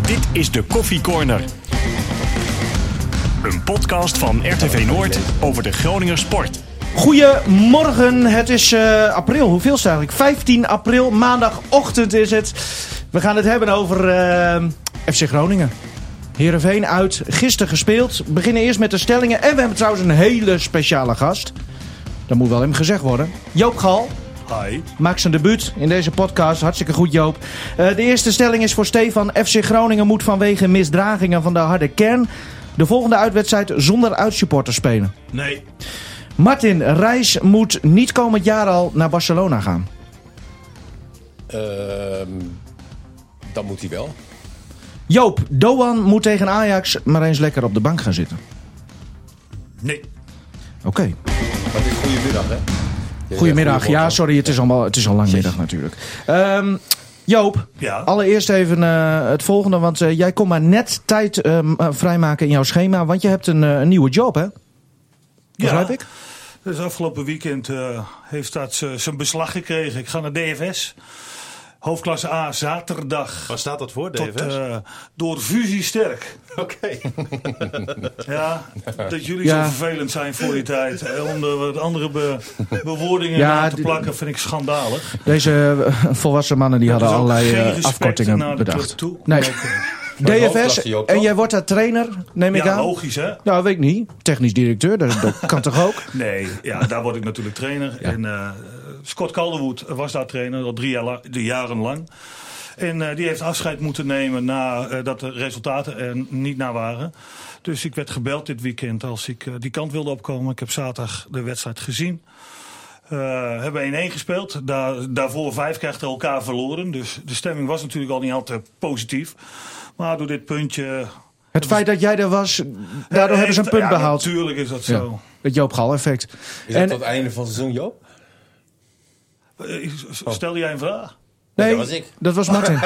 Dit is de Koffie Corner. Een podcast van RTV Noord over de Groninger sport. Goedemorgen, het is april. Hoeveel is het eigenlijk? 15 april, maandagochtend is het. We gaan het hebben over FC Groningen. Heerenveen uit, gisteren gespeeld. We beginnen eerst met de stellingen. En we hebben trouwens een hele speciale gast. Dat moet wel hem gezegd worden. Joop Gal. Hi. Maakt zijn debuut in deze podcast. Hartstikke goed, Joop. De eerste stelling is voor Stefan. FC Groningen moet vanwege misdragingen van de harde kern de volgende uitwedstrijd zonder uitsupporters spelen. Nee. Martin, Reis moet niet komend jaar al naar Barcelona gaan. Dan moet hij wel. Joop, Doan moet tegen Ajax maar eens lekker op de bank gaan zitten. Nee. Oké. Dat is goedemiddag, hè? Goedemiddag. Ja, sorry, het is al lang middag natuurlijk. Joop, Ja. Allereerst even het volgende. Want jij kon maar net tijd vrijmaken in jouw schema. Want je hebt een nieuwe job, hè? Begrijp ik? Dus afgelopen weekend heeft dat zijn beslag gekregen. Ik ga naar DFS. Hoofdklasse A, zaterdag. Waar staat dat voor, DFS? Door fusie sterk. Oké. Ja, dat jullie zo vervelend zijn voor die tijd. Om er wat andere bewoordingen aan te plakken vind ik schandalig. Deze volwassen mannen die hadden allerlei afkortingen naar de bedacht. club toe. Nee. DFS, en jij wordt daar trainer, neem ik aan? Ja, logisch hè? Nou, weet ik niet. Technisch directeur, dat kan toch ook? Nee, ja, daar word ik natuurlijk trainer. Ja. En Scott Calderwood was daar trainer, al 3 jaren lang. En die heeft afscheid moeten nemen nadat de resultaten er niet naar waren. Dus ik werd gebeld dit weekend als ik die kant wilde opkomen. Ik heb zaterdag de wedstrijd gezien. Hebben 1-1 gespeeld. Daarvoor 5 keer achter elkaar verloren. Dus de stemming was natuurlijk al niet al te positief. Maar door dit puntje... Het feit dat jij er was, daardoor hebben ze een punt behaald. Natuurlijk is dat zo. Het Joop Gal effect. Is dat tot het einde van het seizoen, Joop? Stel jij een vraag? Nee, dat was ik. Dat was Martin.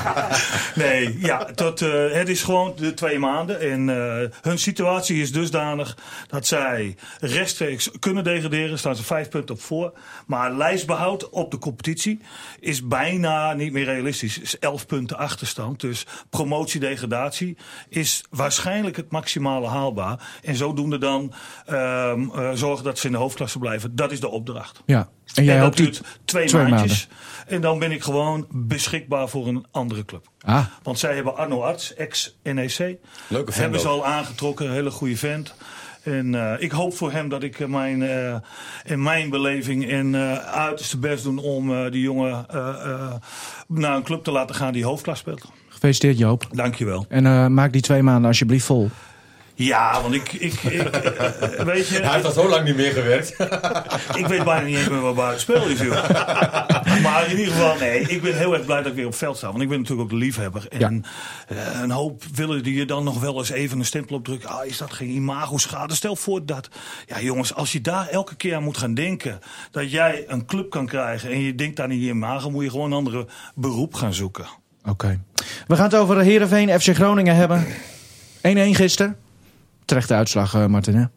Nee, ja, het is gewoon de 2 maanden. En hun situatie is dusdanig dat zij rechtstreeks kunnen degraderen. Staan ze 5 punten op voor. Maar lijstbehoud op de competitie is bijna niet meer realistisch. Is 11 punten achterstand. Dus promotie-degradatie is waarschijnlijk het maximale haalbaar. En zodoende dan zorgen dat ze in de hoofdklasse blijven. Dat is de opdracht. Ja. En jij dat hoopt duurt 2 maandjes. En dan ben ik gewoon beschikbaar voor een andere club. Ah. Want zij hebben Arno Arts, ex-NEC. Leuke vent hebben ze ook. al aangetrokken, een hele goede vent. En ik hoop voor hem dat ik in mijn beleving uiterste best doen om die jongen naar een club te laten gaan die hoofdklasse speelt. Gefeliciteerd, Joop. Dankjewel. En maak die 2 maanden alsjeblieft vol. Ja, want ik weet je... Hij heeft al zo lang niet meer gewerkt. Ik weet bijna niet eens meer waar buiten speel is, joh. Maar in ieder geval, nee, ik ben heel erg blij dat ik weer op het veld sta. Want ik ben natuurlijk ook de liefhebber. En een hoop willen die je dan nog wel eens even een stempel op drukken. Is dat geen imago-schade? Stel voor dat... Ja, jongens, als je daar elke keer aan moet gaan denken... dat jij een club kan krijgen en je denkt aan je imago... moet je gewoon een andere beroep gaan zoeken. Oké. We gaan het over Heerenveen FC Groningen hebben. 1-1 gisteren. Terechte uitslag, Martin, hè?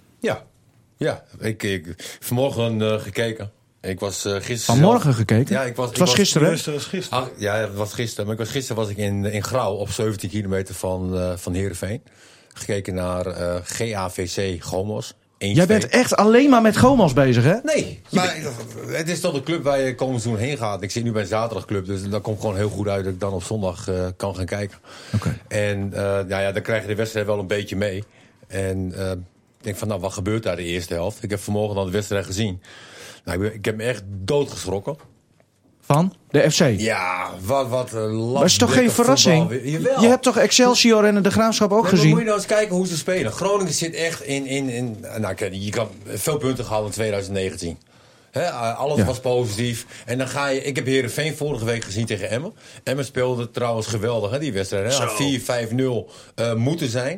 Ja. Ik vanmorgen gekeken. Ik was gisteren... Vanmorgen gekeken? Ja, het was gisteren, hè? Het was gisteren. Maar gisteren was ik in Grauw op 17 kilometer van Heerenveen. Gekeken naar GAVC Gomos. Jij bent echt alleen maar met Gomos bezig, hè? Nee, maar het is toch een club waar je komend seizoen heen gaat. Ik zit nu bij een zaterdagclub, dus dat komt gewoon heel goed uit dat ik dan op zondag kan gaan kijken. Okay. En dan krijg je de wedstrijd wel een beetje mee. En ik denk van, wat gebeurt daar de eerste helft? Ik heb vanmorgen dan de wedstrijd gezien. Nou, ik heb me echt doodgeschrokken. Van? De FC? Ja, wat een maar is toch geen verrassing? Je hebt toch Excelsior en de Graafschap ook gezien? Moet je nou eens kijken hoe ze spelen. Groningen zit echt in je kan veel punten gehaald in 2019. Alles was positief. En dan ga je... Ik heb Heerenveen vorige week gezien tegen Emmen. Emmen speelde trouwens geweldig, die wedstrijd. 4-5-0 moeten zijn.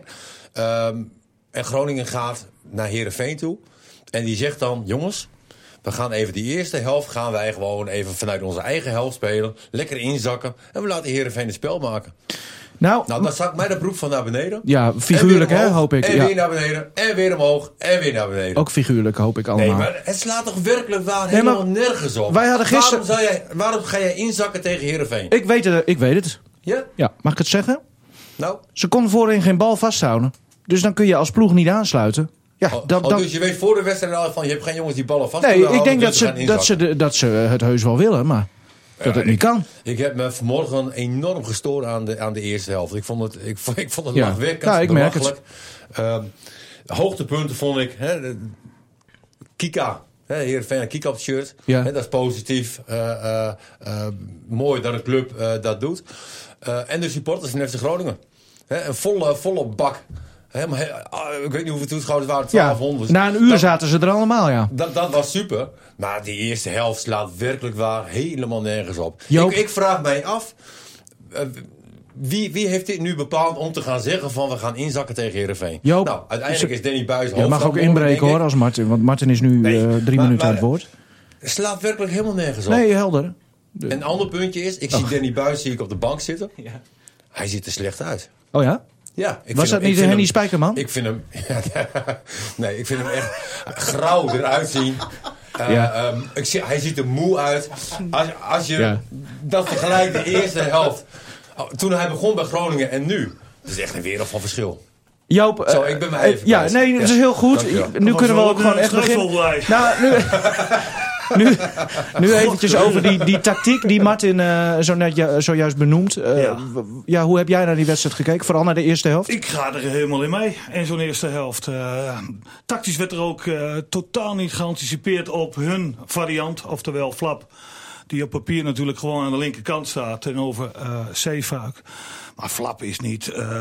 En Groningen gaat naar Heerenveen toe. En die zegt dan, jongens... We gaan even die eerste helft gaan wij gewoon even vanuit onze eigen helft spelen. Lekker inzakken. En we laten Heerenveen het spel maken. Nou, dan zakt mij de broek van naar beneden. Ja, figuurlijk hè, hoop ik. En weer naar beneden. En weer omhoog. En weer naar beneden. Ook figuurlijk hoop ik allemaal. Nee, maar het slaat toch werkelijk waar helemaal nergens op. Wij hadden gisteren... Waarom ga jij inzakken tegen Heerenveen? Ik weet het. Ja? Ja, mag ik het zeggen? Nou? Ze konden voorin geen bal vasthouden. Dus dan kun je als ploeg niet aansluiten. Ja, Dus je weet voor de wedstrijd al van je hebt geen jongens die ballen vast nee, kunnen ik denk houden, dat ze het heus wel willen, maar dat het niet kan. Ik heb me vanmorgen enorm gestoord aan de eerste helft. Ik vond het lachwekkend. Ja, ik merk het. Hoogtepunten vond ik. Kika. Heerenveen en Kika op het shirt. Ja. Dat is positief. Mooi dat een club dat doet. En de supporters van FC Groningen. Een volle bak. Ik weet niet hoeveel toeschouwers waren, 1200. Na een uur zaten ze er allemaal, ja. Dat was super. Maar die eerste helft slaat werkelijk waar helemaal nergens op. Joop. Ik vraag mij af... Wie heeft dit nu bepaald om te gaan zeggen van we gaan inzakken tegen Heerenveen? Joop. Nou, uiteindelijk is Danny Buijs Je mag ook inbreken hoor als Martin. Want Martin is nu 3 minuten aan het woord. Het slaat werkelijk helemaal nergens op. Nee, helder. Een ander puntje is, ik zie Danny Buijs op de bank zitten. Ja. Hij ziet er slecht uit. Oh ja? Ja, was dat niet Henny Spijkerman? Ik vind hem... nee, ik vind hem echt grauw eruit zien. Hij ziet er moe uit. Als je dat vergelijkt de eerste helft... Toen hij begon bij Groningen en nu. Dat is echt een wereld van verschil. Joop, ik ben maar even dat is heel goed. Nu kunnen we ook gewoon echt beginnen. Nou, nu eventjes over die tactiek die Martin zojuist benoemt. Hoe heb jij naar die wedstrijd gekeken? Vooral naar de eerste helft? Ik ga er helemaal in mee. In zo'n eerste helft. Tactisch werd er ook totaal niet geanticipeerd op hun variant. Oftewel Flap. Die op papier natuurlijk gewoon aan de linkerkant staat tegenover Zeefuik. Maar Flap is niet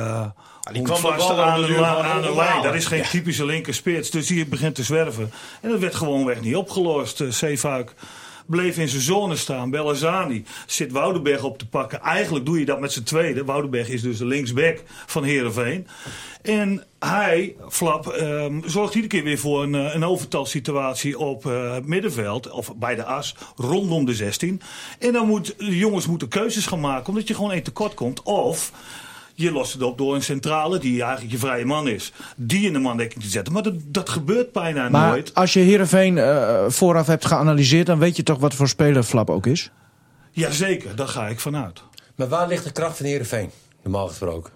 die kwam vast de aan de lijn. Dat is geen typische linkerspits. Dus die begint te zwerven. En dat werd gewoonweg niet opgelost. Zeefuik bleef in zijn zone staan. Belazani zit Woudenberg op te pakken. Eigenlijk doe je dat met z'n tweede. Woudenberg is dus de linksback van Heerenveen. En hij, Flap, zorgt iedere keer weer voor een overtalsituatie op het middenveld. Of bij de as, rondom de 16. En dan de jongens moeten keuzes gaan maken. Omdat je gewoon één tekort komt. Of je lost het op door een centrale, die eigenlijk je vrije man is. Die in de mandekking te zetten. Maar dat gebeurt bijna nooit. Als je Heerenveen vooraf hebt geanalyseerd, dan weet je toch wat voor speler Flap ook is? Jazeker, daar ga ik vanuit. Maar waar ligt de kracht van Heerenveen, normaal gesproken?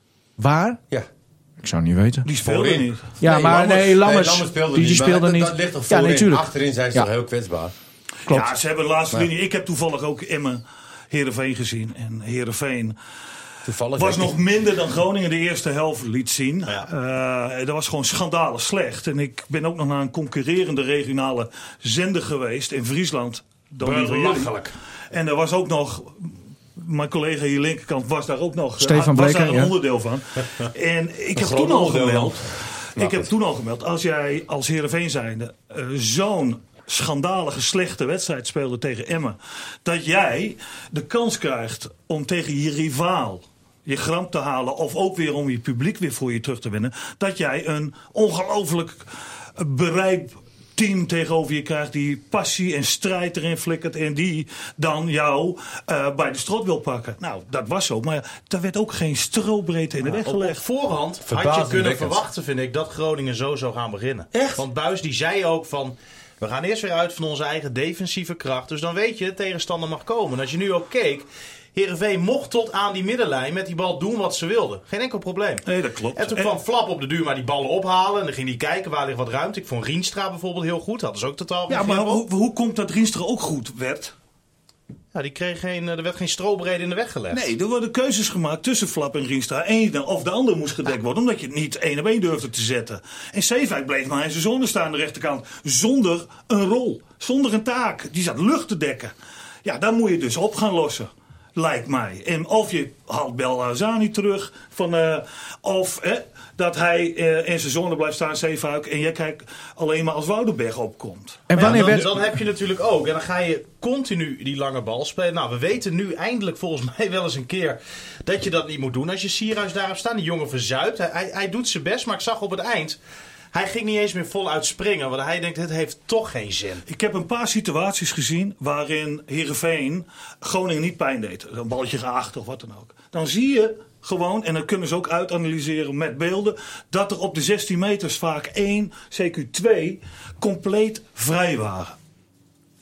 Waar? Ja. Ik zou niet weten. Die speelde niet. Ja, Lammers speelde die speelde niet. Dat ligt toch voorin. Natuurlijk. Achterin zijn ze toch heel kwetsbaar. Klopt. Ja, ze hebben de laatste linie. Ik heb toevallig ook Emmen Heerenveen gezien. En Heerenveen was nog minder dan Groningen de eerste helft liet zien. Ja. Dat was gewoon schandalig slecht. En ik ben ook nog naar een concurrerende regionale zender geweest in Friesland. Belachelijk. En daar was ook nog... Mijn collega hier linkerkant was daar ook nog Stefan Bleker, daar een onderdeel van. En ik heb toen al gemeld. Ik heb toen al gemeld. Als jij als Heerenveen zijnde zo'n schandalige slechte wedstrijd speelde tegen Emmen. Dat jij de kans krijgt om tegen je rivaal je gram te halen. Of ook weer om je publiek weer voor je terug te winnen. Dat jij een ongelooflijk bereid team tegenover je krijgt die passie en strijd erin flikkert en die dan jou bij de strot wil pakken. Nou, dat was zo, maar daar werd ook geen strobreedte in de weg gelegd. Op voorhand had je kunnen verwachten, vind ik, dat Groningen zo zou gaan beginnen. Echt? Want Buijs die zei ook van, we gaan eerst weer uit van onze eigen defensieve kracht. Dus dan weet je, de tegenstander mag komen. En als je nu ook keek, Heerenveen mocht tot aan die middenlijn met die bal doen wat ze wilden. Geen enkel probleem. Nee, dat klopt. En toen kwam Flap op de duur maar die ballen ophalen. En dan ging hij kijken waar ligt wat ruimte. Ik vond Rienstra bijvoorbeeld heel goed. Dat is ook totaal... Ja, maar hoe komt dat Rienstra ook goed werd? Ja, er werd geen strobreedte in de weg gelegd. Nee, er worden keuzes gemaakt tussen Flap en Rienstra. Eén of de ander moest gedekt worden, omdat je het niet 1 op 1 durfde te zetten. En Zeefuik bleef maar in zijn zone staan aan de rechterkant. Zonder een rol. Zonder een taak. Die zat lucht te dekken. Ja, daar moet je dus op gaan lossen. Lijkt mij. En of je haalt Belazani terug. Of dat hij in zijn zone blijft staan, Zeefuik. En jij kijkt alleen maar als Woudenberg opkomt. En wanneer dan heb je natuurlijk ook. En dan ga je continu die lange bal spelen. Nou, we weten nu eindelijk volgens mij wel eens een keer dat je dat niet moet doen. Als je Sierhuis daarop staat, die jongen verzuipt. Hij doet zijn best, maar ik zag op het eind... Hij ging niet eens meer voluit springen, want hij denkt, het heeft toch geen zin. Ik heb een paar situaties gezien waarin Heerenveen Groningen niet pijn deed. Een balletje geacht of wat dan ook. Dan zie je gewoon, en dat kunnen ze ook uitanalyseren met beelden, dat er op de 16 meters vaak 1, CQ2, compleet vrij waren.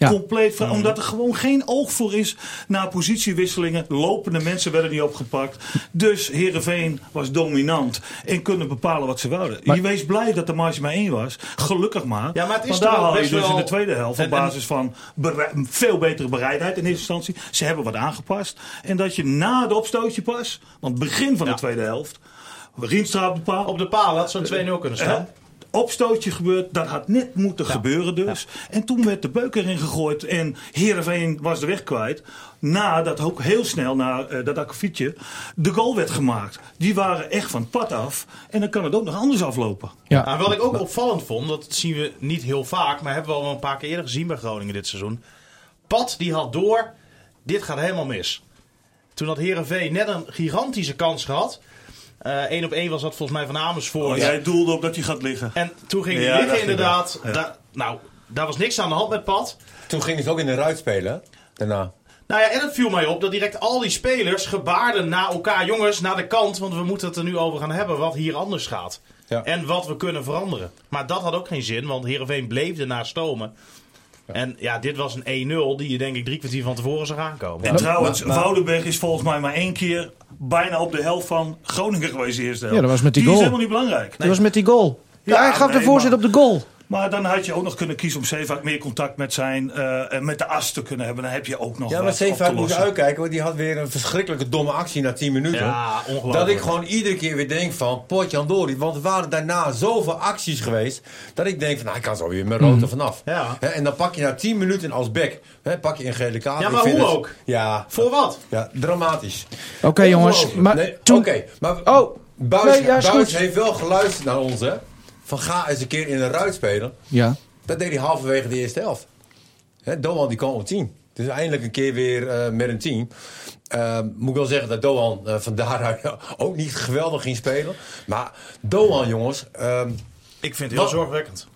compleet vrij. Omdat er gewoon geen oog voor is naar positiewisselingen. Lopende mensen werden niet opgepakt. Dus Heerenveen was dominant en kunnen bepalen wat ze wouden. Je wees blij dat de marge maar 1 was. Gelukkig maar. Ja, maar het is want daar toch haal je best dus wel in de tweede helft op basis van veel betere bereidheid in eerste instantie. Ze hebben wat aangepast. En dat je na de opstootje pas, want begin van de tweede helft, Rienstra op de paal. Op de paal had zo'n 2-0 kunnen staan. Opstootje gebeurd, dat had net moeten gebeuren dus. Ja. En toen werd de beuk erin gegooid en Heerenveen was de weg kwijt. Nadat ook heel snel, na dat akkefietje, de goal werd gemaakt. Die waren echt van het pad af. En dan kan het ook nog anders aflopen. Ja. En wat ik ook opvallend vond, dat zien we niet heel vaak, maar hebben we al wel een paar keer eerder gezien bij Groningen dit seizoen. Pat die had door, dit gaat helemaal mis. Toen had Heerenveen net een gigantische kans gehad. 1 op 1 was dat volgens mij van Amersfoort. Jij doelde op dat hij gaat liggen. En toen ging hij liggen inderdaad. Ja. Daar was niks aan de hand met Pat. Toen ging het ook in de ruit spelen, daarna. Nou ja, en het viel mij op dat direct al die spelers gebaarden naar elkaar. Jongens, naar de kant, want we moeten het er nu over gaan hebben wat hier anders gaat. Ja. En wat we kunnen veranderen. Maar dat had ook geen zin, want Heerenveen bleef ernaar stomen. Ja. En ja, dit was een 1-0 die je denk ik 3 kwartier van tevoren zag aankomen. En trouwens, Woudenberg is volgens mij maar 1 keer bijna op de helft van Groningen geweest de eerste helft. Ja, dat was met die goal. Die is helemaal niet belangrijk. Nee. Dat was met die goal. Ja, hij gaf de voorzet op de goal. Maar dan had je ook nog kunnen kiezen om Zeevaart meer contact met met de as te kunnen hebben. Dan heb je ook nog maar Zeevaart moet uitkijken, want die had weer een verschrikkelijke domme actie na 10 minuten. Ja, ongelooflijk. Dat ik gewoon iedere keer weer denk van, potjandori. Want er waren daarna zoveel acties geweest, dat ik denk van, hij kan zo weer met rood er vanaf. Ja. En dan pak je na 10 minuten als back, pak je een gele kaart. Ja, maar hoe ook? Ja. Voor wat? Ja, dramatisch. Oké, jongens. Maar Buis heeft wel geluisterd naar ons, hè. Van ga eens een keer in een ruit spelen. Ja. Dat deed hij halverwege de eerste helft. Doan die kwam op 10. Dus eindelijk een keer weer met een team. Moet ik wel zeggen dat Doan van daaruit ook niet geweldig ging spelen. Maar Doan, jongens. Ik vind het heel zorgwekkend.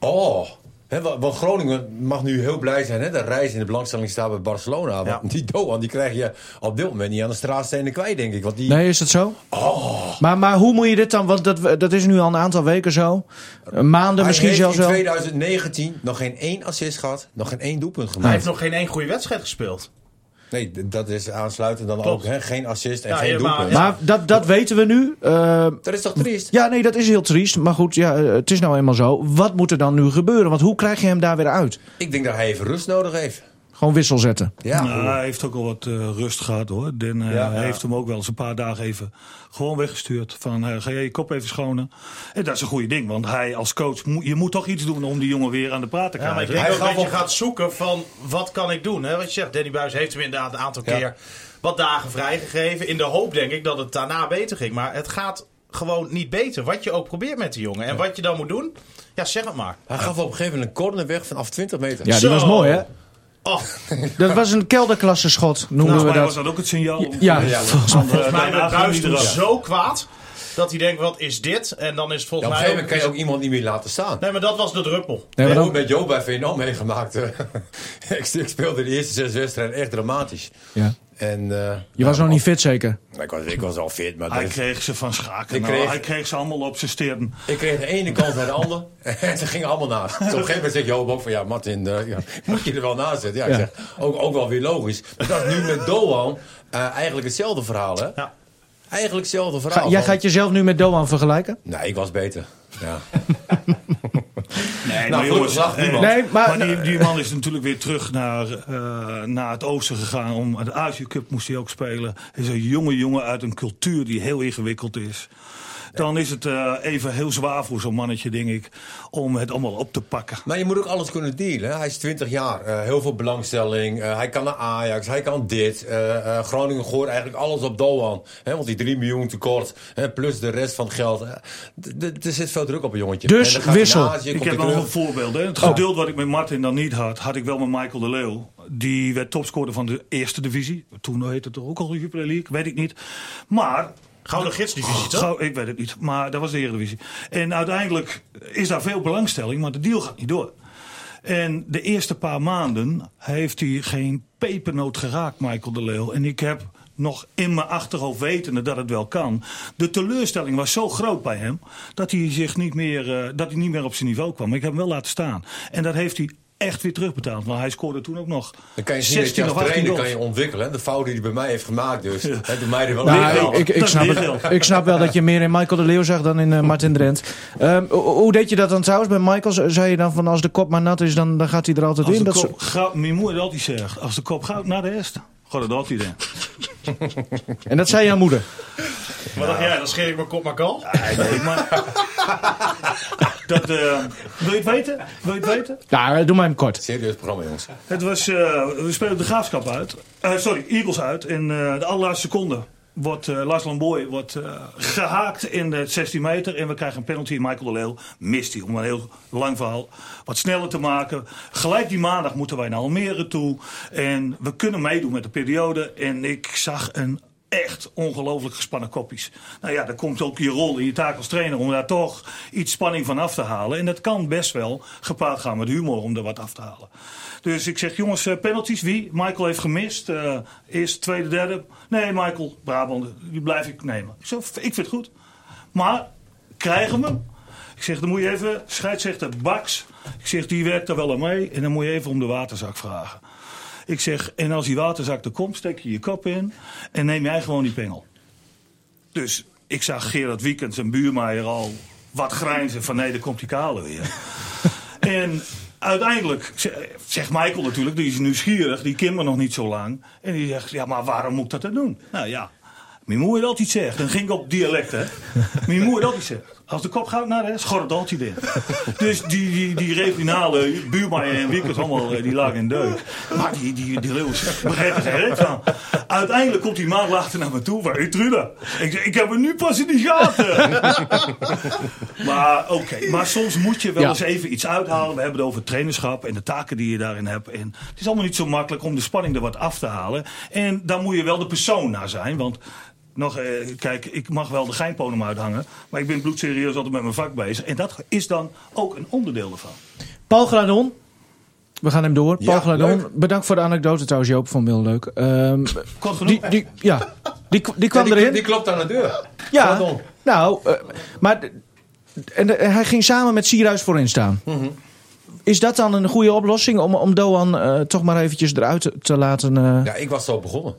Want Groningen mag nu heel blij zijn. Hè? De reis in de belangstelling staat bij Barcelona. Want die Doan die krijg je op dit moment niet aan de straatstenen kwijt, denk ik. Want die... Nee, is dat zo? Maar hoe moet je dit dan... Want dat is nu al een aantal weken zo. Maanden misschien zelfs wel. Hij heeft in 2019 nog geen 1 assist gehad. Nog geen 1 doelpunt gemaakt. Hij heeft nog geen 1 goede wedstrijd gespeeld. Nee, dat is aansluitend dan Klopt. ook. Hè? Geen assist en geen doelpunt. Maar dat weten we nu. Dat is toch triest? Ja, nee, dat is heel triest. Maar goed, het is nou eenmaal zo. Wat moet er dan nu gebeuren? Want hoe krijg je hem daar weer uit? Ik denk dat hij even rust nodig heeft. Gewoon wissel zetten. Ja, hij heeft ook al wat rust gehad hoor. Hij heeft hem ook wel eens een paar dagen even gewoon weggestuurd. Van ga jij je kop even schonen. En dat is een goede ding. Want hij als coach, je moet toch iets doen om die jongen weer aan de praat te krijgen. Maar ik denk ook dat je gaat zoeken van wat kan ik doen. Hè? Wat je zegt, Danny Buis heeft hem inderdaad een aantal keer wat dagen vrijgegeven. In de hoop denk ik dat het daarna beter ging. Maar het gaat gewoon niet beter. Wat je ook probeert met die jongen. En wat je dan moet doen, zeg het maar. Hij gaf op een gegeven moment een corner weg vanaf 20 meter. Ja, die was mooi hè. Dat was een kelderklasse schot, noemden we dat. Was dat ook het signaal? Ja, volgens mij werd Buis toen zo kwaad dat hij denkt, wat is dit? En dan is het volgens mij... Op een gegeven moment kan je ook iemand niet meer laten staan. Nee, maar dat was de druppel. Nee, maar ook met Jo bij VNO meegemaakt. Ik speelde de eerste 6 wedstrijden echt dramatisch. Ja. En, je was nog niet fit zeker? Ik was al fit. Maar hij kreeg ze van Schaken. Hij kreeg ze allemaal op zijn sterren. Ik kreeg de ene kant naar de andere. En ze gingen allemaal naast. Dus op een gegeven moment zegt Joop ook van... Martin, moet je er wel naast zetten? Ik zeg, ook wel weer logisch. Maar dat is nu met Doan eigenlijk hetzelfde verhaal. Hè? Ja. Eigenlijk hetzelfde verhaal. Jij gaat jezelf nu met Doan vergelijken? Nee, ik was beter. Ja. Nee, maar jongens, maar die man is natuurlijk weer terug naar het oosten gegaan. Om de Azië Cup moest hij ook spelen. Hij is een jonge uit een cultuur die heel ingewikkeld is. Dan is het even heel zwaar voor zo'n mannetje, denk ik, om het allemaal op te pakken. Maar je moet ook alles kunnen dealen. Hij is 20 jaar, heel veel belangstelling. Hij kan naar Ajax, hij kan dit. Groningen gooit eigenlijk alles op Doan. Want die 3 miljoen tekort, plus de rest van het geld. Er zit veel druk op een jongetje. Dus wissel. Ik heb nog een voorbeeld. Hè. Het geduld wat ik met Martin dan niet had ik wel met Michael de Leeuw. Die werd topscorer van de eerste divisie. Toen heette het toch ook al de Jupiler League, weet ik niet. Maar... Gouden gidsdivisie, toch? Ik weet het niet, maar dat was de Eredivisie. En uiteindelijk is daar veel belangstelling, maar de deal gaat niet door. En de eerste paar maanden heeft hij geen pepernoot geraakt, Michael de Leeuw. En ik heb nog in mijn achterhoofd wetende dat het wel kan. De teleurstelling was zo groot bij hem dat hij niet meer op zijn niveau kwam. Maar ik heb hem wel laten staan. En dat heeft hij echt weer terugbetaald. Maar hij scoorde toen ook nog Dan kan je zien dat je als trainer kan je ontwikkelen. Hè? De fout die hij bij mij heeft gemaakt dus. Ja. Doe mij er wel Ik snap wel dat je meer in Michael de Leeuw zag dan in Martin Drent. Hoe deed je dat dan trouwens bij Michael? Zei je dan van als de kop maar nat is, dan gaat hij er altijd als in? De kop, mijn moeder altijd zegt, als de kop goud nat is, gaat het altijd in. En dat zei jouw moeder? Wat dacht jij? Dan scheer ik mijn kop maar kal? Nee, maar... wil je het weten? Ja, doe maar hem kort. Serieus programma, jongens. Het was, we spelen de Graafschap uit. Eagles uit. In de allerlaatste seconde wordt Lars Lamboy gehaakt in de 16 meter. En we krijgen een penalty. Michael de Leeuw mist hij. Om een heel lang verhaal wat sneller te maken. Gelijk die maandag moeten wij naar Almere toe. En we kunnen meedoen met de periode. En ik zag een echt ongelooflijk gespannen koppies. Nou ja, dan komt ook je rol in je taak als trainer om daar toch iets spanning van af te halen. En dat kan best wel gepaard gaan met humor om er wat af te halen. Dus ik zeg, jongens, penalties, wie? Michael heeft gemist. Eerste, tweede, derde. Nee, Michael, Brabant, die blijf ik nemen. Ik zeg, ik vind het goed. Maar, krijgen we hem? Ik zeg, dan moet je even, scheidsrechter Baks. Ik zeg, die werkt er wel aan mee. En dan moet je even om de waterzak vragen. Ik zeg, en als die waterzak er komt, steek je je kop in en neem jij gewoon die pengel. Dus ik zag Gerard Wiekens en Buurmeijer al wat grijnzen van nee, daar komt die kale weer. En uiteindelijk zegt Michael natuurlijk, die is nieuwsgierig, die kent me nog niet zo lang. En die zegt, ja, maar waarom moet ik dat dan doen? Nou ja, mijn moeder altijd zegt, dan ging ik op dialect, hè. Mijn moeder altijd zegt, als de kop gaat naar de schort het altijd in. Dus die regionale Buurmeijer en Wiekers allemaal, die lagen in deuk. Maar die Leeuws begrepen ze er van. Uiteindelijk komt die maand later naar me toe. Waar is Truda? Ik heb het nu pas in die gaten. Maar oké, maar soms moet je wel eens even iets uithalen. We hebben het over trainerschap en de taken die je daarin hebt. En het is allemaal niet zo makkelijk om de spanning er wat af te halen. En daar moet je wel de persoon naar zijn. Want kijk, ik mag wel de geinpodium uithangen. Maar ik ben bloedserieus altijd met mijn vak bezig. En dat is dan ook een onderdeel ervan. Paul Gladon. We gaan hem door. Ja, Paul Gladon. leuk. Bedankt voor de anekdote trouwens, Joop. Vond ik heel leuk. Kort genoeg. Die kwam erin. Die klopt aan de deur. Ja, Gladon. nou, maar hij ging samen met Sierhuis voorin staan. Mm-hmm. Is dat dan een goede oplossing om Doan toch maar eventjes eruit te laten? Ja, ik was zo begonnen.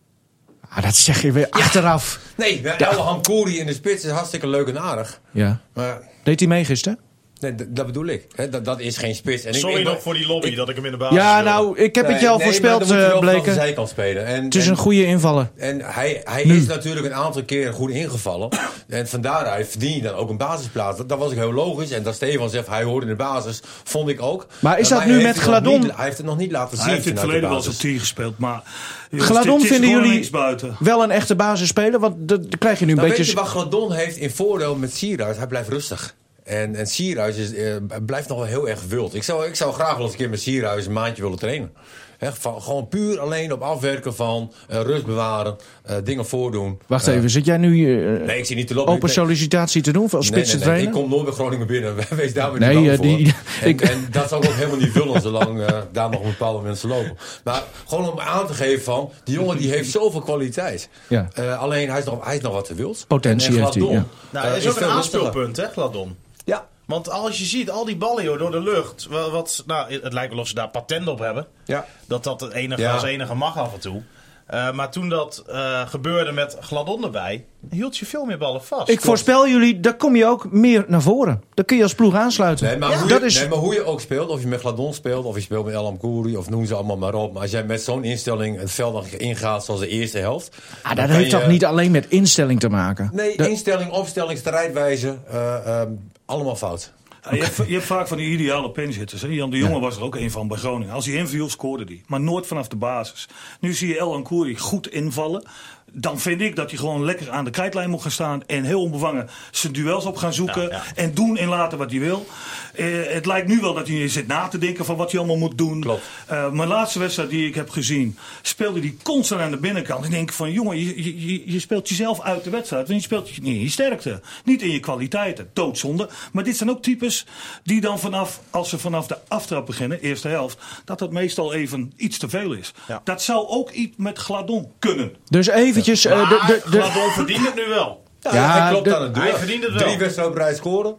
Dat zeg je weer achteraf. Nee, El Hamkouri in de spits is hartstikke leuk en aardig. Ja. Maar Deed hij mee gisteren? nee, dat bedoel ik. He, dat is geen spits. En Sorry nog voor die lobby dat ik hem in de basis Ja, wilde. nou, ik heb het je al voorspeld, maar dan moet hij wel Bleken. vanaf de zijkant spelen. Het is een goede invaller. En hij is natuurlijk een aantal keren goed ingevallen. En van daaruit verdien je dan ook een basisplaats. Dat was ook heel logisch. En dat Stefan zegt, hij hoort in de basis, vond ik ook. Maar is dat hij nu heeft met het nog Gladon? niet- Hij heeft het nog niet laten zien. Hij heeft in het vanuit de verleden wel eens basis. op 10 gespeeld. Maar Gladon het is vinden gewoon jullie niks buiten. wel een echte basisspeler? Want dan krijg je nu een Nou, beetje... weet je wat Gladon heeft in voordeel met Sierhuis? Hij blijft rustig. En Sierhuis blijft nog wel heel erg wild. Ik zou graag wel eens een keer met Sierhuis een maandje willen trainen. Gewoon puur alleen op afwerken van rust bewaren, dingen voordoen. Wacht even, zit jij nu Nee, ik zie niet te lopen. open sollicitatie te doen als spits te Nee, trainen? ik kom nooit bij Groningen binnen. Wees daar weer Nee, niet bang voor. die- En dat zou ik ook helemaal niet willen zolang daar nog bepaalde mensen lopen. Maar gewoon om aan te geven van, die jongen die heeft zoveel kwaliteit. Ja. Alleen hij is nog wat te wild. Potentie En heeft hij, Gladon, ja. Nou, dat is ook een veel rustiger. aanspeelpunt, hè, Gladon? Ja. Want als je ziet, al die ballen joh, door de lucht. Het lijkt wel of ze daar patent op hebben. Ja. Dat het enige Ja. als enige mag af en toe. Maar toen dat gebeurde met Gladon erbij, hield je veel meer ballen vast. Ik voorspel jullie, daar kom je ook meer naar voren. Dan kun je als ploeg aansluiten. Nee, maar, Ja. hoe je ook speelt, of je met Gladon speelt, of je speelt met El Hamkouri, of noem ze allemaal maar op. Maar als jij met zo'n instelling het veld nog ingaat zoals de eerste helft. Dat dan heeft kan toch je- niet alleen met instelling te maken? Nee, Dat- instelling, opstelling, strijdwijze, allemaal fout. Ja, je hebt vaak van die ideale pinzitters. Jan de Jonge was er ook een van bij Groningen. Als hij inviel, scoorde hij. Maar nooit vanaf de basis. Nu zie je El Hamkouri goed invallen. Dan vind ik dat hij gewoon lekker aan de krijtlijn moet gaan staan. En heel onbevangen zijn duels op gaan zoeken. Ja, ja. En doen en laten wat hij wil. Het lijkt nu wel dat hij zit na te denken van wat hij allemaal moet doen. Klopt. Mijn laatste wedstrijd die ik heb gezien, speelde hij constant aan de binnenkant. Ik denk van jongen, je speelt jezelf uit de wedstrijd. Want je speelt niet in je sterkte. Niet in je kwaliteiten. Doodzonde. Maar dit zijn ook types die dan als ze vanaf de aftrap beginnen, eerste helft, dat meestal even iets te veel is. Ja. Dat zou ook iets met Gladon kunnen. Dus eventjes... Maar Gladon verdient het nu wel. Ja, hij klopt aan de deur. hij verdient het wel. 3 wedstrijden op rij scoren.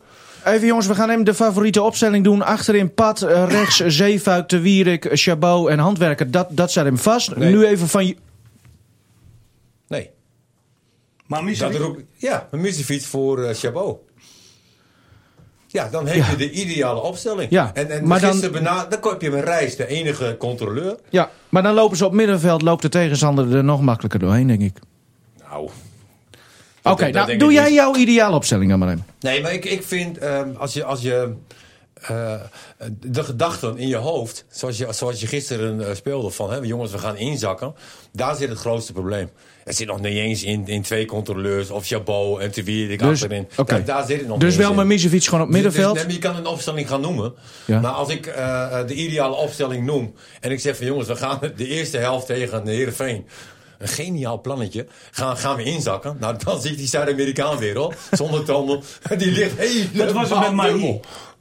Even jongens, we gaan hem de favoriete opstelling doen. Achterin Pat, rechts Zeefuik, De Wierik, Chabot en Handwerker. Dat staat hem vast. Nee. Nu even van... Nee. Maar Musefiets voor Chabot. Ja, dan heb je de ideale opstelling. Ja, En maar dan heb je een Reis, de enige controleur. Ja, maar dan lopen ze op middenveld, loopt de tegenstander er nog makkelijker doorheen, denk ik. Nou... Oké, nou doe jij jouw ideale opstelling dan maar even. Nee, maar ik vind als je de gedachten in je hoofd, zoals je gisteren speelde van, jongens, we gaan inzakken, daar zit het grootste probleem. Het zit nog niet eens in 2 controleurs of Chabot en Te Wierik achterin. Okay. Daar zit het nog dus niet wel eens met Misevic gewoon op middenveld? Dus je kan een opstelling gaan noemen. Ja. Maar als ik de ideale opstelling noem en ik zeg van jongens, we gaan de eerste helft tegen de Heerenveen. Een geniaal plannetje. Gaan we inzakken? Nou, dan zie ik die Zuid-Amerikaan weer al. Zonder tanden. Die ligt helemaal... Dat was het met mij.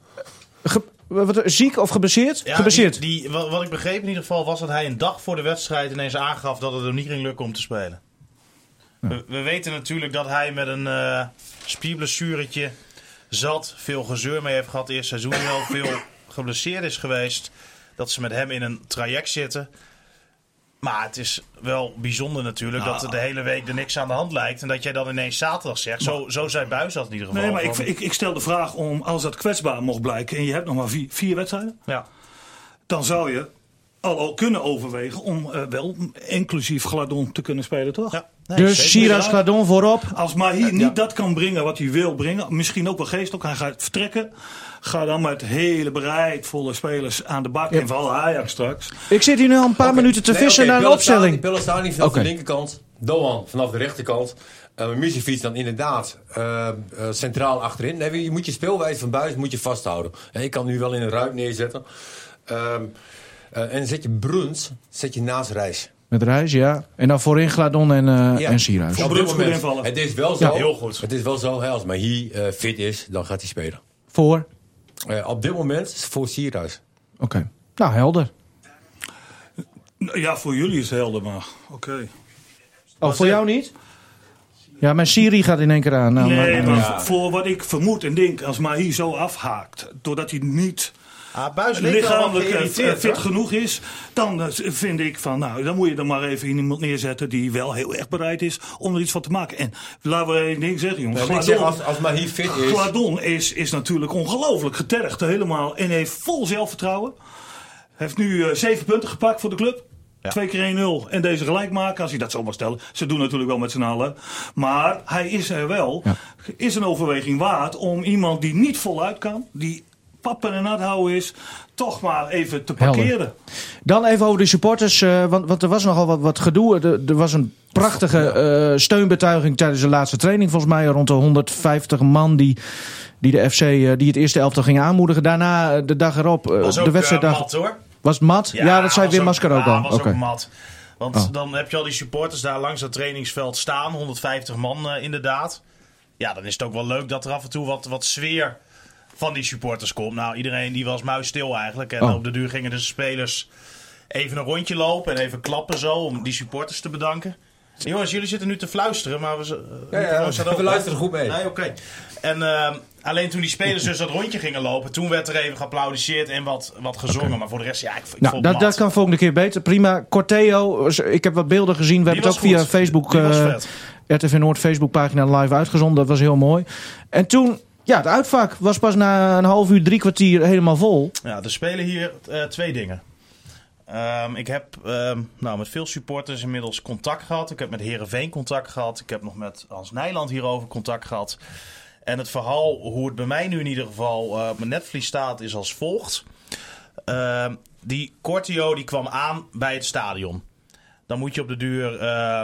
Ziek of geblesseerd? Ja, geblesseerd. Wat ik begreep in ieder geval was dat hij een dag voor de wedstrijd ineens aangaf dat het hem niet ging lukken om te spelen. Ja. We weten natuurlijk dat hij met een spierblessuretje zat. Veel gezeur mee heeft gehad eerst seizoen. Wel veel geblesseerd is geweest. Dat ze met hem in een traject zitten. Maar het is wel bijzonder natuurlijk dat er de hele week er niks aan de hand lijkt. En dat jij dan ineens zaterdag zegt. Zo zei Buijs dat in ieder geval. Nee, maar ik stel de vraag om, als dat kwetsbaar mocht blijken en je hebt nog maar 4 wedstrijden. Ja. Dan zou je al kunnen overwegen om wel inclusief Gladon te kunnen spelen, toch? Ja. Nee, dus Siras Gladon voorop. Als Mahi niet dat kan brengen wat hij wil brengen, misschien ook wel geestelijk, hij gaat vertrekken. Ga dan met hele bereidvolle spelers aan de bak. En vooral Ajax straks. Ik zit hier nu al een paar minuten te vissen naar een opstelling. Pelostani vanaf de linkerkant. Doan vanaf de rechterkant. Musefiets dan inderdaad centraal achterin. Nee, je moet je speelwijze van Buijs moet je vasthouden. Je kan nu wel in een ruit neerzetten. En zet je Bruns naast Reis. Met Reis, ja. En dan voorin Gladon en Sierhuis. Op dit moment invallen. Het is wel zo. Ja, heel goed. Het is wel zo, als Mahi fit is, dan gaat hij spelen. Voor? Op dit moment is het voor Sierhuis. Oké. Nou, helder. Ja, voor jullie is het helder, maar oké. Oh, voor jou niet? Ja, mijn Siri gaat in één keer aan. Nou, maar voor wat ik vermoed en denk, als Mahi zo afhaakt, doordat hij niet Buijs lichamelijk fit genoeg is, dan vind ik van, nou, dan moet je er maar even iemand neerzetten die wel heel erg bereid is om er iets van te maken. En laten we één ding zeggen, jongens. Als Mahi fit is... Gladon is natuurlijk ongelooflijk getergd helemaal en heeft vol zelfvertrouwen. Heeft nu 7 punten gepakt voor de club. Ja. 2 keer 1-0 en deze gelijk maken, als hij dat zo mag stellen. Ze doen natuurlijk wel met z'n allen. Maar hij is er wel. Ja. Is een overweging waard om iemand die niet voluit kan, die pappen en nat houden is, toch maar even te parkeren. Helder. Dan even over de supporters, want er was nogal wat gedoe. Er was een prachtige steunbetuiging tijdens de laatste training, volgens mij rond de 150 man die de FC, die het eerste elftal ging aanmoedigen. Daarna, de dag erop, de wedstrijddag. Mat, hoor. Was het mat? Ja, dat zei Wim Masker ook al. Ja, was ook mat. Want dan heb je al die supporters daar langs dat trainingsveld staan. 150 man inderdaad. Ja, dan is het ook wel leuk dat er af en toe wat sfeer van die supporters komt. Nou, iedereen die was muisstil eigenlijk. En op de duur gingen de spelers even een rondje lopen en even klappen zo om die supporters te bedanken. Jongens, jullie zitten nu te fluisteren, maar we luisteren goed mee. Nee, oké. En alleen toen die spelers dus dat rondje gingen lopen, toen werd er even geapplaudisseerd en wat gezongen. Okay. Maar voor de rest, ik vond het dat kan volgende keer beter. Prima. Corteo, ik heb wat beelden gezien. We hebben het ook via Facebook, RTV Noord Facebookpagina live uitgezonden. Dat was heel mooi. En toen, het uitvak was pas na een half uur, 3 kwartier helemaal vol. Ja, er spelen hier 2 dingen. Ik heb met veel supporters inmiddels contact gehad. Ik heb met Heerenveen contact gehad. Ik heb nog met Hans Nijland hierover contact gehad. En het verhaal, hoe het bij mij nu in ieder geval op mijn netvlies staat, is als volgt. Die Corteo die kwam aan bij het stadion. Dan moet je op de duur,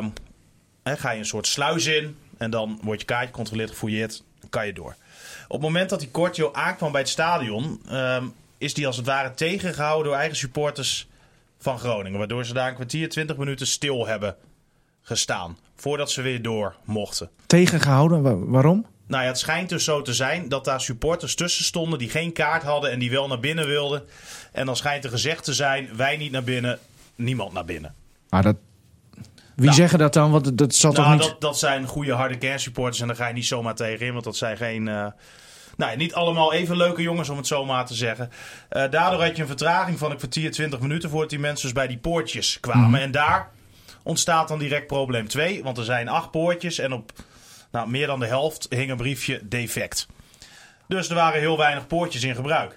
ga je een soort sluis in. En dan wordt je kaartje gecontroleerd, gefouilleerd. Dan kan je door. Op het moment dat die Corteo aankwam bij het stadion, is die als het ware tegengehouden door eigen supporters van Groningen. Waardoor ze daar een kwartier, 20 minuten stil hebben gestaan. Voordat ze weer door mochten. Tegengehouden? Waarom? Nou ja, het schijnt dus zo te zijn dat daar supporters tussen stonden die geen kaart hadden en die wel naar binnen wilden. En dan schijnt er gezegd te zijn, wij niet naar binnen, niemand naar binnen. Maar wie zeggen dat dan? Want dat zal toch niet... Dat zijn goede harde kernsupporters en daar ga je niet zomaar tegen in, want dat zijn geen niet allemaal even leuke jongens, om het zo maar te zeggen. Daardoor had je een vertraging van een kwartier, 20 minuten... voordat die mensen dus bij die poortjes kwamen. En daar ontstaat dan direct probleem 2. Want er zijn 8 poortjes en op meer dan de helft hing een briefje defect. Dus er waren heel weinig poortjes in gebruik.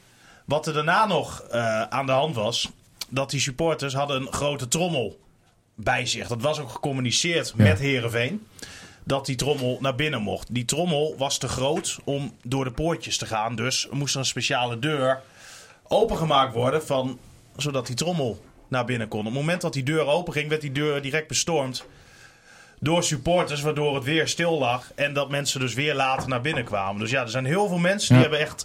Wat er daarna nog aan de hand was... dat die supporters hadden een grote trommel bij zich. Dat was ook gecommuniceerd met Heerenveen... dat die trommel naar binnen mocht. Die trommel was te groot om door de poortjes te gaan. Dus er moest een speciale deur opengemaakt worden... zodat die trommel naar binnen kon. Op het moment dat die deur open ging... werd die deur direct bestormd door supporters... waardoor het weer stil lag... en dat mensen dus weer later naar binnen kwamen. Dus er zijn heel veel mensen die hebben echt...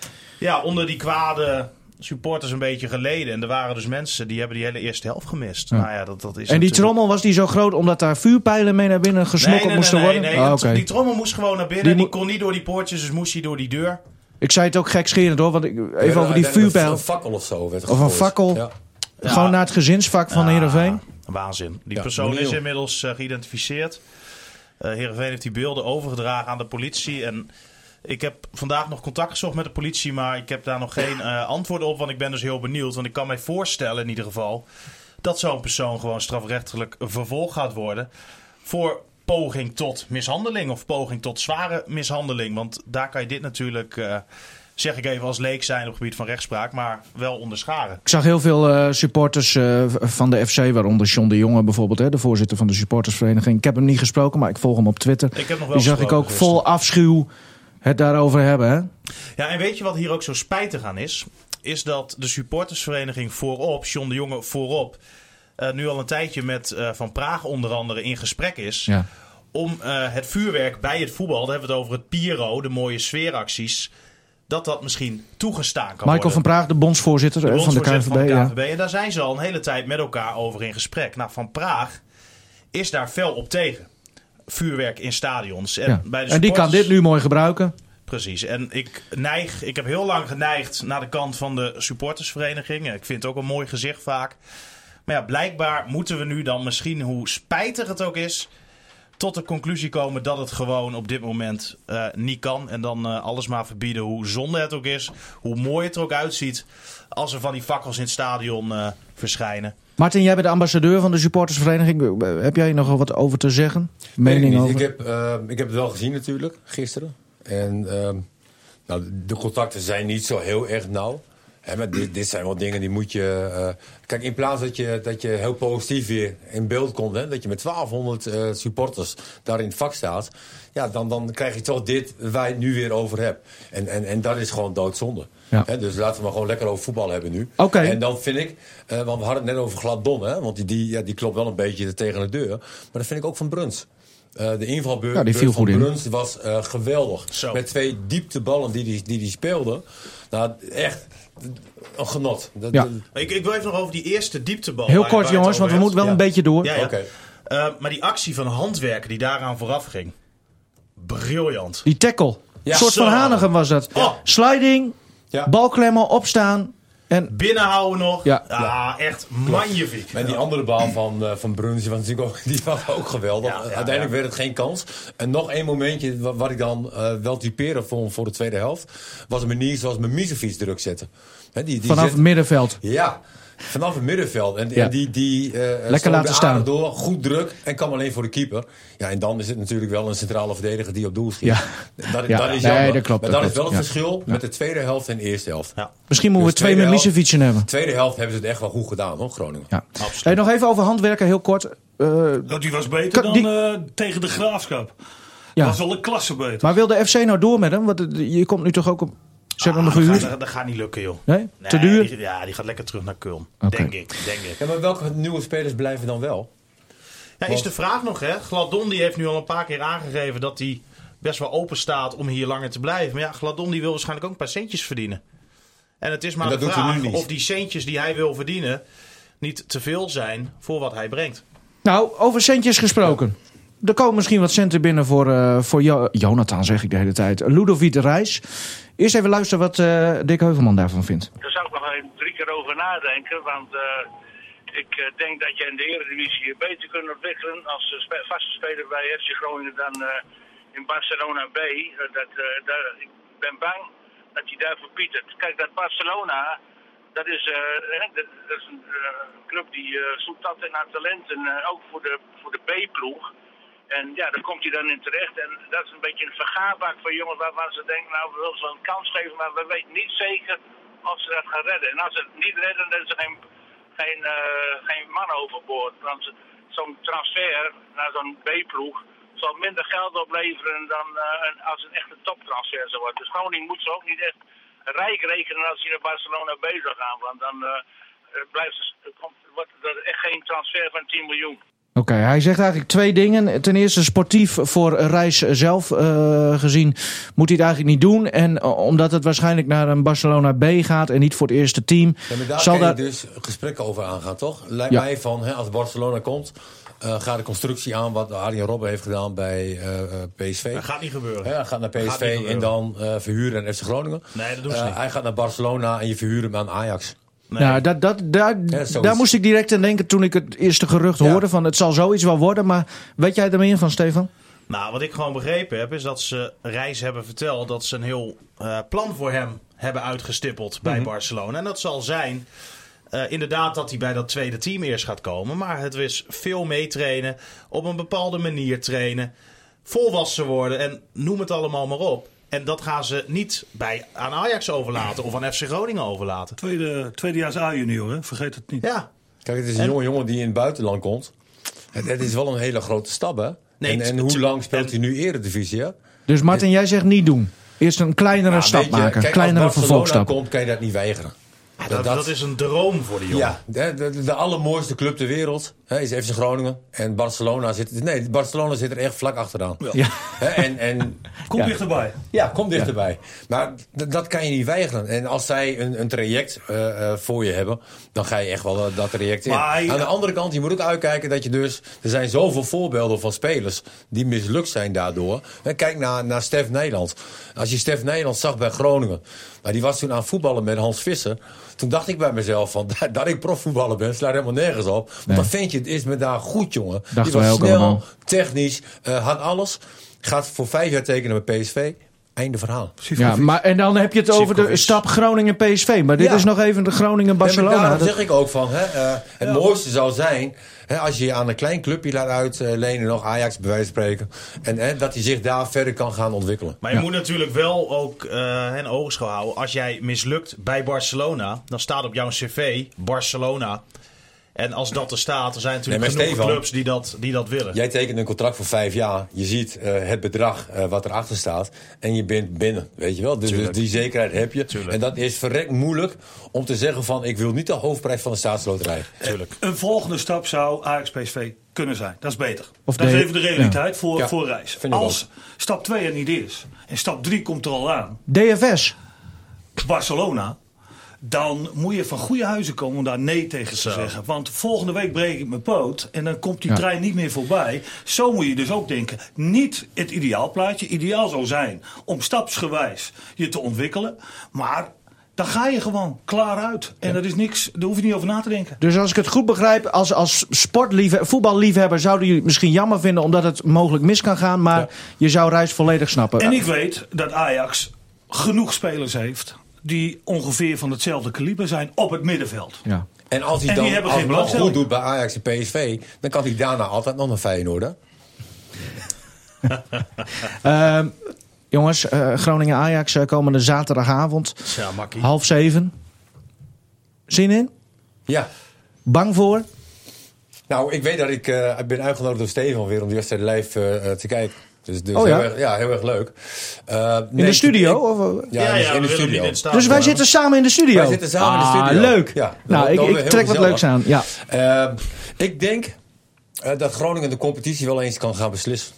onder die kwade supporters een beetje geleden. En er waren dus mensen die hebben die hele eerste helft gemist. Ja. Dat is en die trommel, was die zo groot omdat daar vuurpijlen mee naar binnen gesmokkeld moesten worden? Nee. Die trommel moest gewoon naar binnen. Die kon niet door die poortjes, dus moest hij door die deur. Ik zei het ook gekscherend hoor, want even over die vuurpijl. Een fakkel of zo werd gegooid. Of een fakkel. Ja. Gewoon naar het gezinsvak van Heerenveen. Waanzin. Die persoon is inmiddels geïdentificeerd. Heerenveen heeft die beelden overgedragen aan de politie. En ik heb vandaag nog contact gezocht met de politie, maar ik heb daar nog geen antwoorden op. Want ik ben dus heel benieuwd. Want ik kan mij voorstellen in ieder geval dat zo'n persoon gewoon strafrechtelijk vervolgd gaat worden. Voor poging tot mishandeling of poging tot zware mishandeling. Want daar kan je dit natuurlijk, zeg ik even als leek zijn op het gebied van rechtspraak, maar wel onderscharen. Ik zag heel veel supporters van de FC, waaronder John de Jonge bijvoorbeeld, de voorzitter van de supportersvereniging. Ik heb hem niet gesproken, maar ik volg hem op Twitter. Die zag ik ook vol afschuw het daarover hebben, hè? Ja, en weet je wat hier ook zo spijtig aan is dat de supportersvereniging voorop, John de Jonge voorop, nu al een tijdje met Van Praag onder andere in gesprek is om het vuurwerk bij het voetbal, daar hebben we het over het Piro, de mooie sfeeracties, dat misschien toegestaan kan worden. Michael van Praag, de bondsvoorzitter van de KNVB. En daar zijn ze al een hele tijd met elkaar over in gesprek. Nou, Van Praag is daar fel op tegen. Vuurwerk in stadions. En die kan dit nu mooi gebruiken. Precies. En ik heb heel lang geneigd naar de kant van de supportersvereniging. Ik vind het ook een mooi gezicht vaak. Maar blijkbaar moeten we nu dan misschien, hoe spijtig het ook is, tot de conclusie komen dat het gewoon op dit moment niet kan. En dan alles maar verbieden, hoe zonde het ook is. Hoe mooi het er ook uitziet als er van die fakkels in het stadion verschijnen. Martin, jij bent de ambassadeur van de supportersvereniging. Heb jij nog wat over te zeggen? Mening over? Ik heb het wel gezien natuurlijk, gisteren. En de contacten zijn niet zo heel erg nauw. Maar dit zijn wel dingen die moet je... kijk, in plaats dat je heel positief weer in beeld komt, hè, dat je met 1200 supporters daar in het vak staat, ja, dan krijg je toch dit waar je het nu weer over hebt. En dat is gewoon doodzonde. Ja. Dus laten we maar gewoon lekker over voetbal hebben nu. Okay. En dan vind ik, want we hadden het net over Gladon, hè, want die klopt wel een beetje tegen de deur. Maar dat vind ik ook van Bruns. De invalbeurt van Bruns was geweldig. Zo. Met 2 diepteballen die speelde. Nou, echt een genot. Ik wil even nog over die eerste dieptebal. Heel kort jongens, want we moeten wel een beetje door. Ja. Okay. Maar die actie van Handwerken die daaraan vooraf ging. Briljant. Die tackle. Een soort van Hanegem was dat. Sliding, balklemmen, opstaan. En binnenhouden nog. Echt magnifiek. En die andere bal van Bruns, die was ook geweldig. Uiteindelijk werd het geen kans. En nog één momentje wat ik dan wel typeren voor de tweede helft, was een manier zoals Mimicevic druk zetten. Vanaf het middenveld. Ja. Vanaf het middenveld. En die lekker laten staan. Door, goed druk en kwam alleen voor de keeper. Ja, en dan is het natuurlijk wel een centrale verdediger die op doel schiet. Ja. Dat is jammer. Dat klopt, maar dat is wel het verschil met de tweede helft en de eerste helft. Ja. Misschien moeten we 2 Mimicevic hebben. De tweede helft hebben ze het echt wel goed gedaan, hoor, Groningen. Ja. Absoluut. Nog even over Handwerken, heel kort. Die was beter dan tegen de Graafschap. Dat was wel een klasse beter. Maar wil de FC nou door met hem? Want je komt nu toch ook op... Dat gaat niet lukken, joh. Nee? Te duur? Die gaat lekker terug naar Köln. Okay. Denk ik. Ja, maar welke nieuwe spelers blijven dan wel? Ja, is de vraag nog, hè. Gladon die heeft nu al een paar keer aangegeven dat hij best wel open staat om hier langer te blijven. Maar ja, Gladon die wil waarschijnlijk ook een paar centjes verdienen. En het is maar de vraag of die centjes die hij wil verdienen niet te veel zijn voor wat hij brengt. Nou, over centjes gesproken. Er komen misschien wat centen binnen voor Jonathan, zeg ik de hele tijd. Ludovic de Reis. Eerst even luisteren wat Dick Heuvelman daarvan vindt. Daar zou ik nog even 3 keer over nadenken. Want ik denk dat je in de Eredivisie beter kunt ontwikkelen als vaste speler bij FC Groningen dan in Barcelona B. ben bang dat hij daar verpietert. Kijk, dat Barcelona, dat is een club die zoekt altijd naar talenten, ook voor de B-ploeg. En ja, daar komt hij dan in terecht. En dat is een beetje een vergaarbak voor jongens waarvan ze denken, nou, we willen ze een kans geven, maar we weten niet zeker of ze dat gaan redden. En als ze het niet redden, dan is er geen man overboord. Want zo'n transfer naar zo'n B-ploeg zal minder geld opleveren dan als het echt een toptransfer zou worden. Dus Groningen moet ze ook niet echt rijk rekenen als hij naar Barcelona B zou gaan. Want dan wordt er echt geen transfer van 10 miljoen. Oké, hij zegt eigenlijk 2 dingen. Ten eerste sportief voor Reis zelf gezien moet hij het eigenlijk niet doen. En omdat het waarschijnlijk naar een Barcelona B gaat en niet voor het eerste team. Ja, maar daar kan je dus gesprekken over aangaan, toch? Lijkt mij van, als Barcelona komt, gaat de constructie aan wat Arjen Robben heeft gedaan bij PSV. Dat gaat niet gebeuren. Hij gaat naar PSV en dan verhuren aan FC Groningen. Nee, dat doen ze niet. Hij gaat naar Barcelona en je verhuurt hem aan Ajax. Nee. Nou, daar moest ik direct aan denken toen ik het eerste gerucht hoorde van het zal zoiets wel worden. Maar weet jij er meer van, Stefan? Nou, wat ik gewoon begrepen heb is dat ze Reis hebben verteld dat ze een heel plan voor hem hebben uitgestippeld bij Barcelona. En dat zal zijn inderdaad dat hij bij dat tweede team eerst gaat komen. Maar het is veel meetrainen, op een bepaalde manier trainen, volwassen worden en noem het allemaal maar op. En dat gaan ze niet aan Ajax overlaten of aan FC Groningen overlaten. Tweedejaars A-junior, hè? Vergeet het niet. Ja. Kijk, het is een jongen die in het buitenland komt. Het is wel een hele grote stap, hè? Nee, en hoe lang speelt hij nu Eredivisie, hè? Dus Martin, jij zegt niet doen. Eerst een kleinere stap maken, kijk, kleinere als vervolgstap. komt, kan je dat niet weigeren. Dat is een droom voor die jongen. Ja, de allermooiste club ter wereld is FC Groningen. En Barcelona zit er echt vlak achteraan. Ja. Kom dichterbij. Ja, kom dichterbij. Maar dat kan je niet weigeren. En als zij een traject voor je hebben, dan ga je echt wel dat traject in. Aan de andere kant, je moet ook uitkijken dat je dus... Er zijn zoveel voorbeelden van spelers die mislukt zijn daardoor. Kijk naar Stef Nederland. Als je Stef Nederland zag bij Groningen, maar die was toen aan het voetballen met Hans Visser. Toen dacht ik bij mezelf van dat ik profvoetballer ben, slaat helemaal nergens op. Want dan vind je het is me daar goed, jongen. Die was snel, technisch, had alles. Gaat voor 5 jaar tekenen bij PSV. Einde verhaal. Ja, maar en dan heb je het over de stap Groningen-PSV. Maar dit is nog even de Groningen-Barcelona. Ja, daarom zeg ik ook van, het mooiste zou zijn, als je je aan een klein clubje laat uitlenen, nog Ajax bij wijze van spreken. En dat hij zich daar verder kan gaan ontwikkelen. Maar je moet natuurlijk wel ook een oogschouw houden. Als jij mislukt bij Barcelona, dan staat op jouw cv Barcelona. En als dat er staat, er zijn natuurlijk genoeg clubs die dat willen. Jij tekent een contract voor 5 jaar. Je ziet het bedrag wat erachter staat. En je bent binnen, weet je wel. Dus die zekerheid heb je. Tuurlijk. En dat is verrekt moeilijk om te zeggen van... ik wil niet de hoofdprijs van de staatsloterij. Tuurlijk. Een volgende stap zou Ajax-PSV kunnen zijn. Dat is beter. Of dat is even de realiteit voor Reis. Vind ik als stap 2 er niet is en stap 3 komt er al aan... DFS. Barcelona... dan moet je van goede huizen komen om daar nee tegen te zeggen. Want volgende week breek ik mijn poot en dan komt die trein niet meer voorbij. Zo moet je dus ook denken. Niet het ideaalplaatje. Ideaal zou zijn om stapsgewijs je te ontwikkelen. Maar dan ga je gewoon klaar uit. En dat is niks, daar hoef je niet over na te denken. Dus als ik het goed begrijp, als voetballiefhebber zouden jullie het misschien jammer vinden omdat het mogelijk mis kan gaan. Maar je zou Reis volledig snappen. En ik weet dat Ajax genoeg spelers heeft die ongeveer van hetzelfde kaliber zijn op het middenveld. Ja. En als hij dan goed doet bij Ajax en PSV... dan kan hij daarna altijd nog naar Feyenoord, hè? Jongens, Groningen-Ajax komende zaterdagavond. Ja, makkie. 6:30. Zin in? Ja. Bang voor? Nou, ik weet dat ik ben uitgenodigd door Stefan weer om die wedstrijd live te kijken. Dus heel erg leuk. In de studio? In de studio. Dus wij zitten samen in de studio? Wij zitten samen in de studio. Leuk. Ja, ik trek wat leuks aan. Ja. Ik denk dat Groningen de competitie wel eens kan gaan beslissen.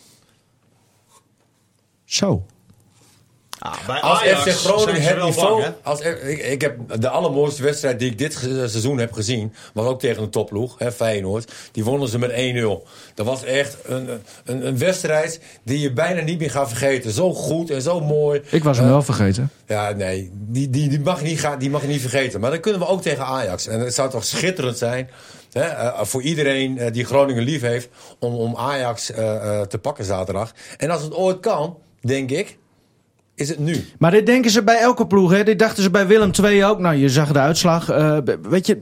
Zo. Bij Als Ajax FC Groningen het niveau... Bang, ik heb de allermooiste wedstrijd die ik dit seizoen heb gezien... was ook tegen een topploeg, Feyenoord. Die wonnen ze met 1-0. Dat was echt een wedstrijd die je bijna niet meer gaat vergeten. Zo goed en zo mooi. Ik was hem wel vergeten. Ja, nee. Die mag je niet vergeten. Maar dat kunnen we ook tegen Ajax. En het zou toch schitterend zijn... voor iedereen die Groningen lief heeft... om Ajax te pakken zaterdag. En als het ooit kan, denk ik... is het nu. Maar dit denken ze bij elke ploeg, hè? Dit dachten ze bij Willem II ook. Nou, je zag de uitslag. Weet je,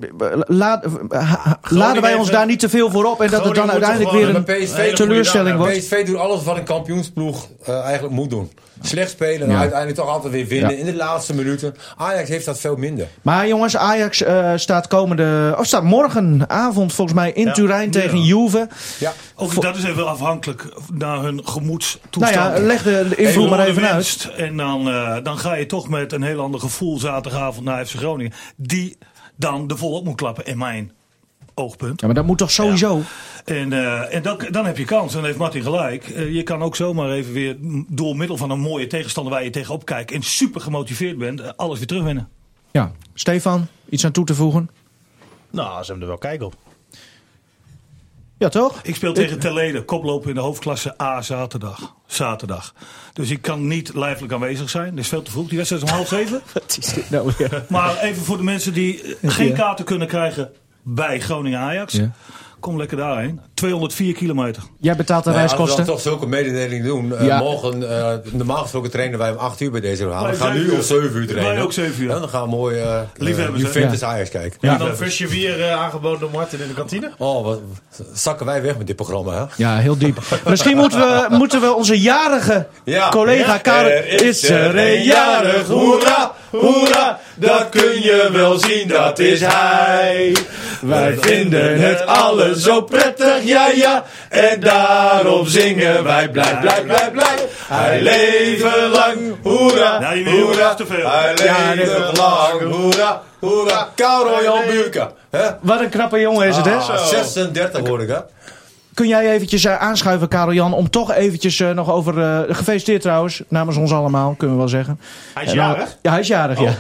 laden wij ons daar niet te veel voor op en dat het dan uiteindelijk weer een teleurstelling wordt? PSV doet alles wat een kampioensploeg eigenlijk moet doen. Slecht spelen en uiteindelijk toch altijd weer winnen in de laatste minuten. Ajax heeft dat veel minder. Maar jongens, Ajax staat morgenavond volgens mij in Turijn tegen Juve. Ja. Ook dat is even afhankelijk naar hun gemoedstoestand. Nou ja, leg de invloed maar even uit. En dan ga je toch met een heel ander gevoel zaterdagavond naar FC Groningen. Die dan de volop moet klappen in mijn oogpunt. Ja, maar dat moet toch sowieso? Ja. En dan heb je kans. Dan heeft Martin gelijk. Je kan ook zomaar even weer door middel van een mooie tegenstander waar je tegenop kijkt en super gemotiveerd bent, alles weer terugwinnen. Ja. Stefan, iets aan toe te voegen? Nou, ze hebben er wel kijk op. Ja, toch? Ik speel tegen Terlede, koploper in de hoofdklasse A zaterdag. Dus ik kan niet lijfelijk aanwezig zijn. Dat is veel te vroeg. Die wedstrijd is om 6:30. Wat is dit nou weer? Maar even voor de mensen die geen kaarten kunnen krijgen bij Groningen Ajax. Ja. Kom lekker daarheen. 204 kilometer. Jij betaalt de reiskosten. Als we toch zulke mededelingen doen. Morgen, normaal gesproken trainen wij om 8 uur bij deze verhaal. We gaan nu om 7 uur trainen. Wij ook 7 uur. En dan gaan we mooi Juventus Ajax kijken. Ja. En dan visje bier aangeboden door Martin in de kantine. Oh, wat zakken wij weg met dit programma, hè? Ja, heel diep. Misschien moeten we onze jarige collega Karel... Is er een jarig, hoera, hoera, dat kun je wel zien, dat is hij. Wij vinden het alles zo prettig, ja, en daarom zingen wij blij, blij, blij, blij. Hij leven lang, hoera, hoera, hij leven lang, hoera, hoera. Karel Jan Buurka. Wat een knappe jongen is het, hè? 36 hoor ik, hè? Kun jij eventjes aanschuiven, Karel-Jan, om toch eventjes nog over... gefeliciteerd trouwens, namens ons allemaal, kunnen we wel zeggen. Hij is jarig? Ja, hij is jarig, ja.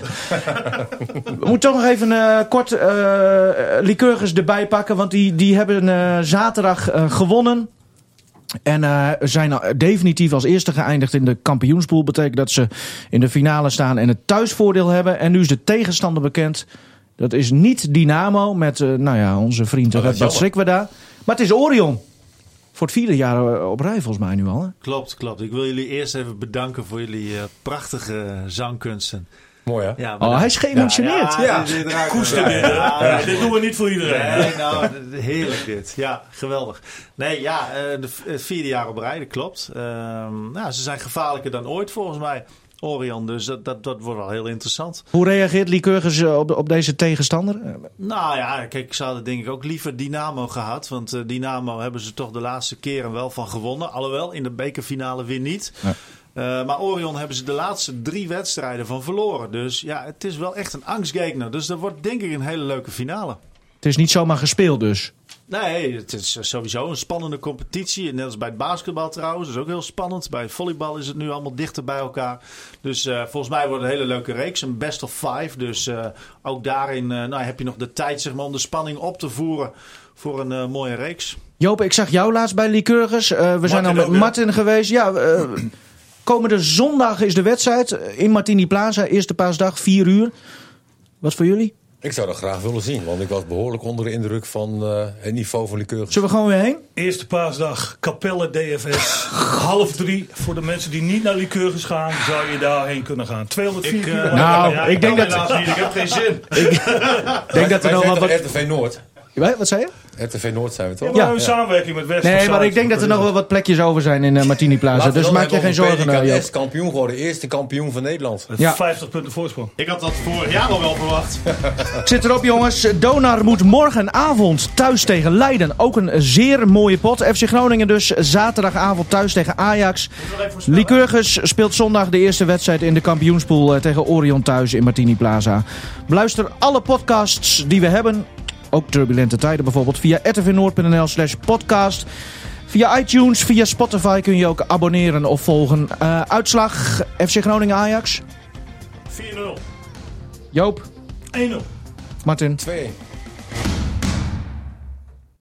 We moeten toch nog even kort Lycurgus erbij pakken, want die hebben zaterdag gewonnen. En zijn definitief als eerste geëindigd in de kampioenspool. Betekent dat ze in de finale staan en het thuisvoordeel hebben. En nu is de tegenstander bekend. Dat is niet Dynamo met onze vriend Redbad Srikweda. Maar het is Orion. Voor het 4e jaar op rij volgens mij nu al. Hè? Klopt. Ik wil jullie eerst even bedanken voor jullie prachtige zangkunsten. Mooi, hè? Ja, hij is geëmotioneerd. Dit doen we niet voor iedereen. Nee, heerlijk dit. Ja, geweldig. Nee, het 4e jaar op rij, dat klopt. Ze zijn gevaarlijker dan ooit volgens mij. Orion, dus dat wordt wel heel interessant. Hoe reageert Lycurgus op deze tegenstander? Nou ja, kijk, ze hadden denk ik ook liever Dynamo gehad. Want Dynamo hebben ze toch de laatste keren wel van gewonnen. Alhoewel, in de bekerfinale weer niet. Ja. Maar Orion hebben ze de laatste 3 wedstrijden van verloren. Dus ja, het is wel echt een angstgegner. Dus dat wordt denk ik een hele leuke finale. Het is niet zomaar gespeeld dus? Nee, het is sowieso een spannende competitie. Net als bij het basketbal trouwens. Dat is ook heel spannend. Bij volleybal is het nu allemaal dichter bij elkaar. Dus volgens mij wordt het een hele leuke reeks. Een best of 5. Dus ook daarin heb je nog de tijd zeg maar, om de spanning op te voeren voor een mooie reeks. Joop, ik zag jou laatst bij Lycurgus. We zijn al met Martin geweest. Ja, komende zondag is de wedstrijd in Martini Plaza. Eerste paasdag, 4 uur. Wat voor jullie? Ik zou dat graag willen zien, want ik was behoorlijk onder de indruk van het niveau van Lycurgus. Zullen we gewoon weer heen? Eerste paasdag, Capelle DFS, 2:30. Voor de mensen die niet naar Lycurgus gaan, zou je daarheen kunnen gaan. 204 kilometer. Ik denk dat... Ik heb geen zin. Ik denk dat er nog wel wat... RTV Noord. Wat zei je? RTV Noord zijn we toch? Ja, een samenwerking met West. Nee, maar ik denk dat er nog wel wat plekjes over zijn in Martini Plaza. Dus maak je geen zorgen. Hij is kampioen geworden. Eerste kampioen van Nederland. 50 punten voorsprong. Ik had dat vorig jaar al wel verwacht. Zit erop jongens. Donar moet morgenavond thuis tegen Leiden. Ook een zeer mooie pot. FC Groningen dus zaterdagavond thuis tegen Ajax. Lycurgus speelt zondag de eerste wedstrijd in de kampioenspool tegen Orion thuis in Martini Plaza. Beluister alle podcasts die we hebben. Ook turbulente tijden bijvoorbeeld via rtvnoord.nl/podcast. Via iTunes, via Spotify kun je ook abonneren of volgen. Uitslag FC Groningen Ajax. 4-0. Joop. 1-0. Martin. 2.